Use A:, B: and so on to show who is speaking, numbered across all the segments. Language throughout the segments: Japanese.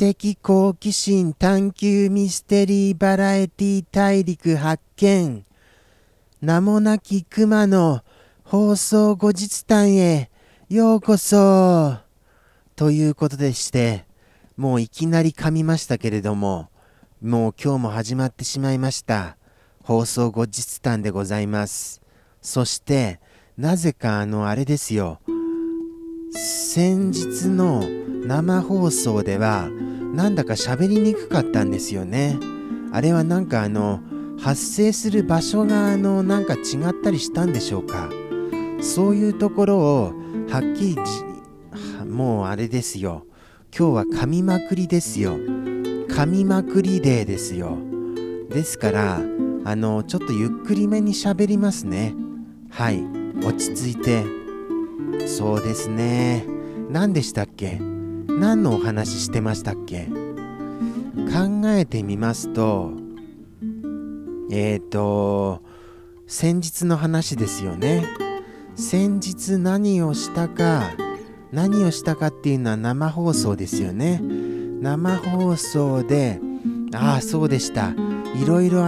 A: 的好奇心探求ミステリーバラエティ大陸発見。名もなき熊の放送後日談へようこそということでして、もういきなり噛みましたけれども、もう今日も始まってしまいました。放送後日談でございます。そしてなぜかあれですよ、先日の生放送ではなんだか喋りにくかったんですよね。あれはなんか発生する場所がなんか違ったりしたんでしょうか。そういうところをはっきりもうあれですよ、今日は噛みまくりですよ。噛みまくりデーですよ。ですからちょっとゆっくりめに喋りますね。はい、落ち着いて。そうですね、何でしたっけ、何のお話してましたっけ。考えてみますと先日の話ですよね。先日何をしたかっていうのは生放送ですよね。生放送でそうでした、いろいろ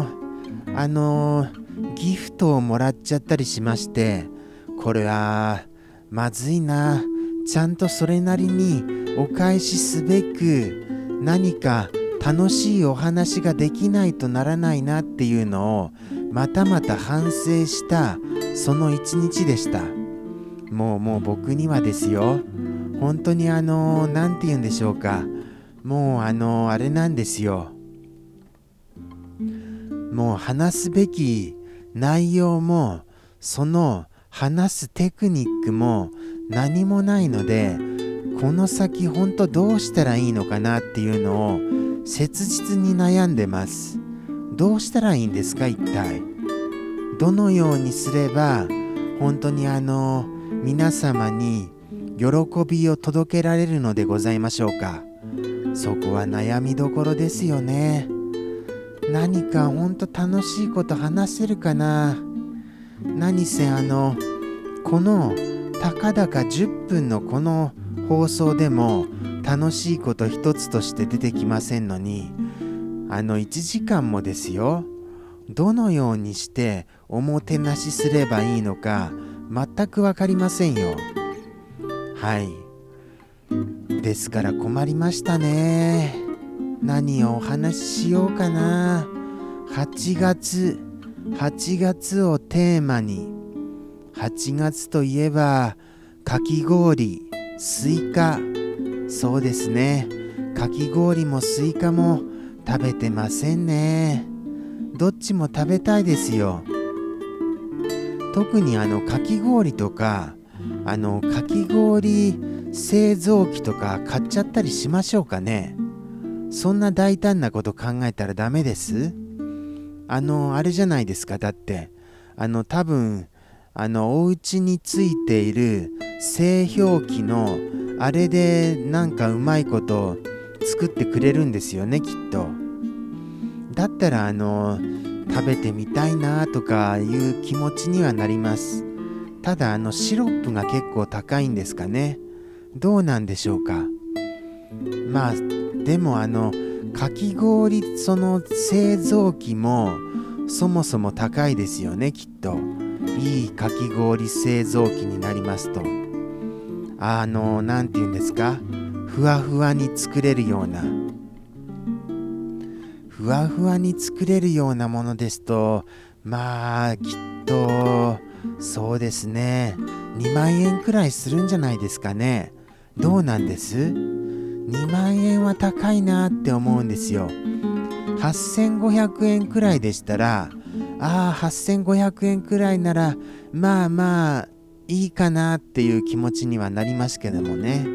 A: ギフトをもらっちゃったりしまして、これはまずいな、ちゃんとそれなりにお返しすべく何か楽しいお話ができないとならないなっていうのをまたまた反省したその一日でした。もう僕にはですよ、本当になんて言うんでしょうか、もうあれなんですよ、もう話すべき内容もその話すテクニックも何もないので、この先本当どうしたらいいのかなっていうのを切実に悩んでます。どうしたらいいんですか、一体。どのようにすれば本当に皆様に喜びを届けられるのでございましょうか。そこは悩みどころですよね。何か本当楽しいこと話せるかな。何せこのたかだか10分のこの放送でも楽しいこと一つとして出てきませんのに、1時間もですよ、どのようにしておもてなしすればいいのか全くわかりませんよ。はい、ですから困りましたね。何をお話ししようかな。8月をテーマに、8月といえばかき氷、スイカ、そうですね、かき氷もスイカも食べてませんね。どっちも食べたいですよ。特にかき氷とかかき氷製造機とか買っちゃったりしましょうかね。そんな大胆なこと考えたらダメです。あれじゃないですか。だって多分お家についている製氷機のあれでなんかうまいこと作ってくれるんですよね、きっと。だったら食べてみたいなとかいう気持ちにはなります。ただシロップが結構高いんですかね。どうなんでしょうか。まあでもかき氷その製造機もそもそも高いですよね、きっと。いいかき氷製造機になりますと、なんて言うんですか、ふわふわに作れるようなものですと、まあきっとそうですね、2万円くらいするんじゃないですかね。どうなんです？ 2 万円は高いなって思うんですよ。8500円くらいでしたら、8500円くらいならまあいいかなっていう気持ちにはなりますけどもね。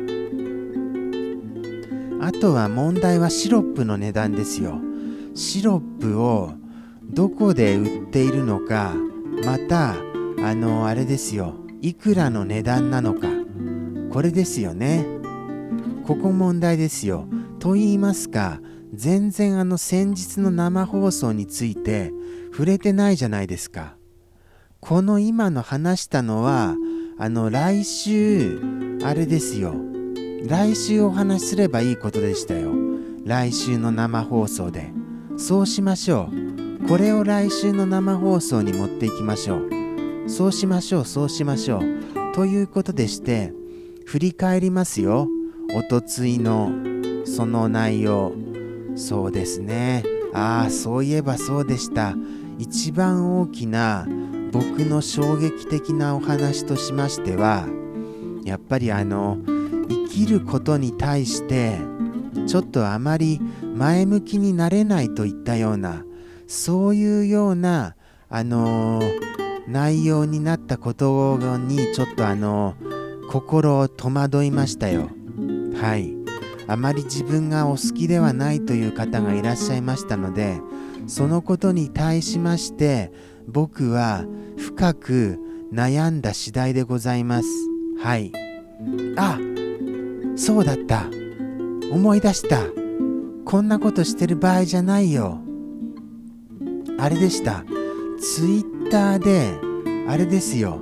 A: あとは問題はシロップの値段ですよ。シロップをどこで売っているのか、またあれですよ、いくらの値段なのか、これですよね。ここ問題ですよ。と言いますか、全然先日の生放送について触れてないじゃないですか。この今の話したのは来週あれですよ、 来週お話しすればいいことでしたよ。来週の生放送で。そうしましょう。これを来週の生放送に持っていきましょう。そうしましょう。ということでして、振り返りますよ。おとついのその内容。そうですね。そういえばそうでした。一番大きな僕の衝撃的なお話としましては、やっぱり生きることに対してちょっとあまり前向きになれないといったような、そういうような内容になったことにちょっと心を戸惑いましたよ。はい。あまり自分がお好きではないという方がいらっしゃいましたので、そのことに対しまして僕は深く悩んだ次第でございます。はい。そうだった。思い出した。こんなことしてる場合じゃないよ。あれでした。ツイッターであれですよ。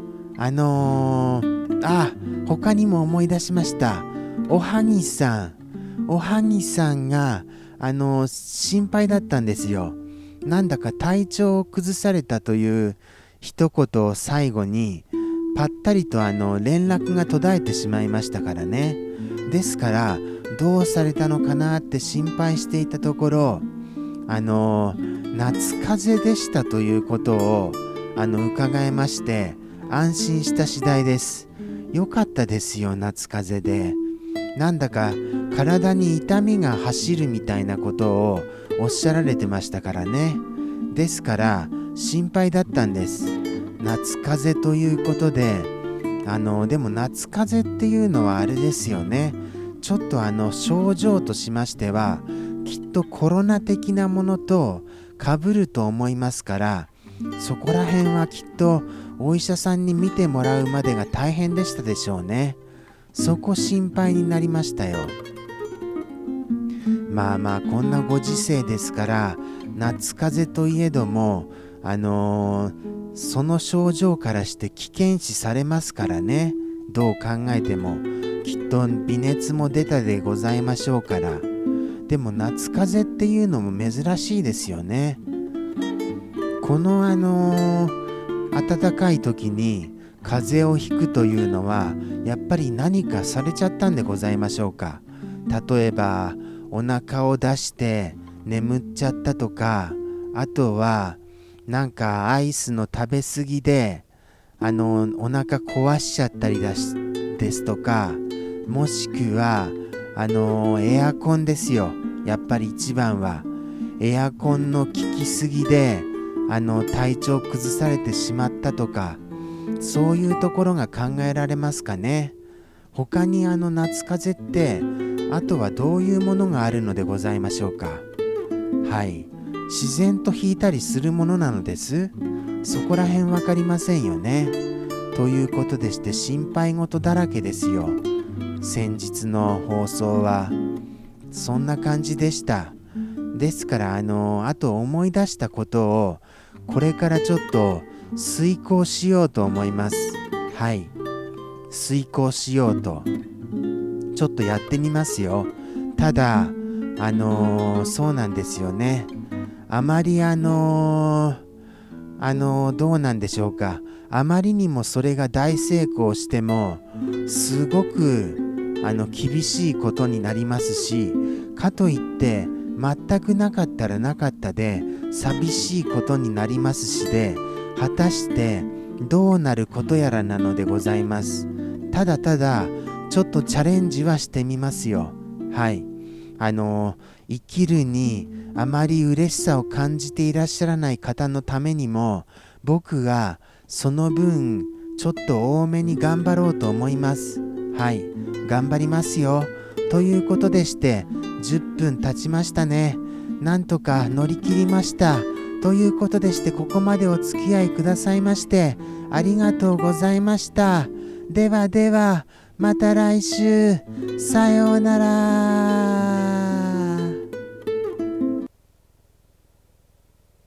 A: 他にも思い出しました。おはぎさんが心配だったんですよ。なんだか体調を崩されたという一言を最後にぱったりと連絡が途絶えてしまいましたからね。ですからどうされたのかなって心配していたところ、夏風邪でしたということを伺いまして、安心した次第です。よかったですよ。夏風邪でなんだか体に痛みが走るみたいなことをおっしゃられてましたからね。ですから心配だったんです。夏風邪ということで、でも夏風邪っていうのはあれですよね。ちょっと症状としましてはきっとコロナ的なものと被ると思いますから、そこら辺はきっとお医者さんに見てもらうまでが大変でしたでしょうね。そこ心配になりましたよ。まあこんなご時世ですから、夏風邪といえどもその症状からして危険視されますからね。どう考えてもきっと微熱も出たでございましょうから。でも夏風邪っていうのも珍しいですよね。この暖かい時に風邪をひくというのはやっぱり何かされちゃったんでございましょうか。例えばお腹を出して眠っちゃったとか、あとはなんかアイスの食べ過ぎでお腹壊しちゃったりですとか、もしくはエアコンですよ。やっぱり一番はエアコンの効きすぎで体調崩されてしまったとか、そういうところが考えられますかね。他に夏風邪ってあとはどういうものがあるのでございましょうか。はい。自然と引いたりするものなのです。そこら辺わかりませんよね。ということでして心配事だらけですよ。先日の放送はそんな感じでした。ですからあと思い出したことをこれからちょっと遂行しようと思います。はい。遂行しようとちょっとやってみますよ。ただそうなんですよね。あまりどうなんでしょうか。あまりにもそれが大成功してもすごく厳しいことになりますし、かといって全くなかったらなかったで寂しいことになりますしで、果たしてどうなることやらなのでございます。ただただちょっとチャレンジはしてみますよ。はい。生きるにあまり嬉しさを感じていらっしゃらない方のためにも、僕がその分ちょっと多めに頑張ろうと思います。はい、頑張りますよ。ということでして10分経ちましたね。なんとか乗り切りました。ということでしてここまでお付き合いくださいましてありがとうございました。ではではまた来週、さようなら。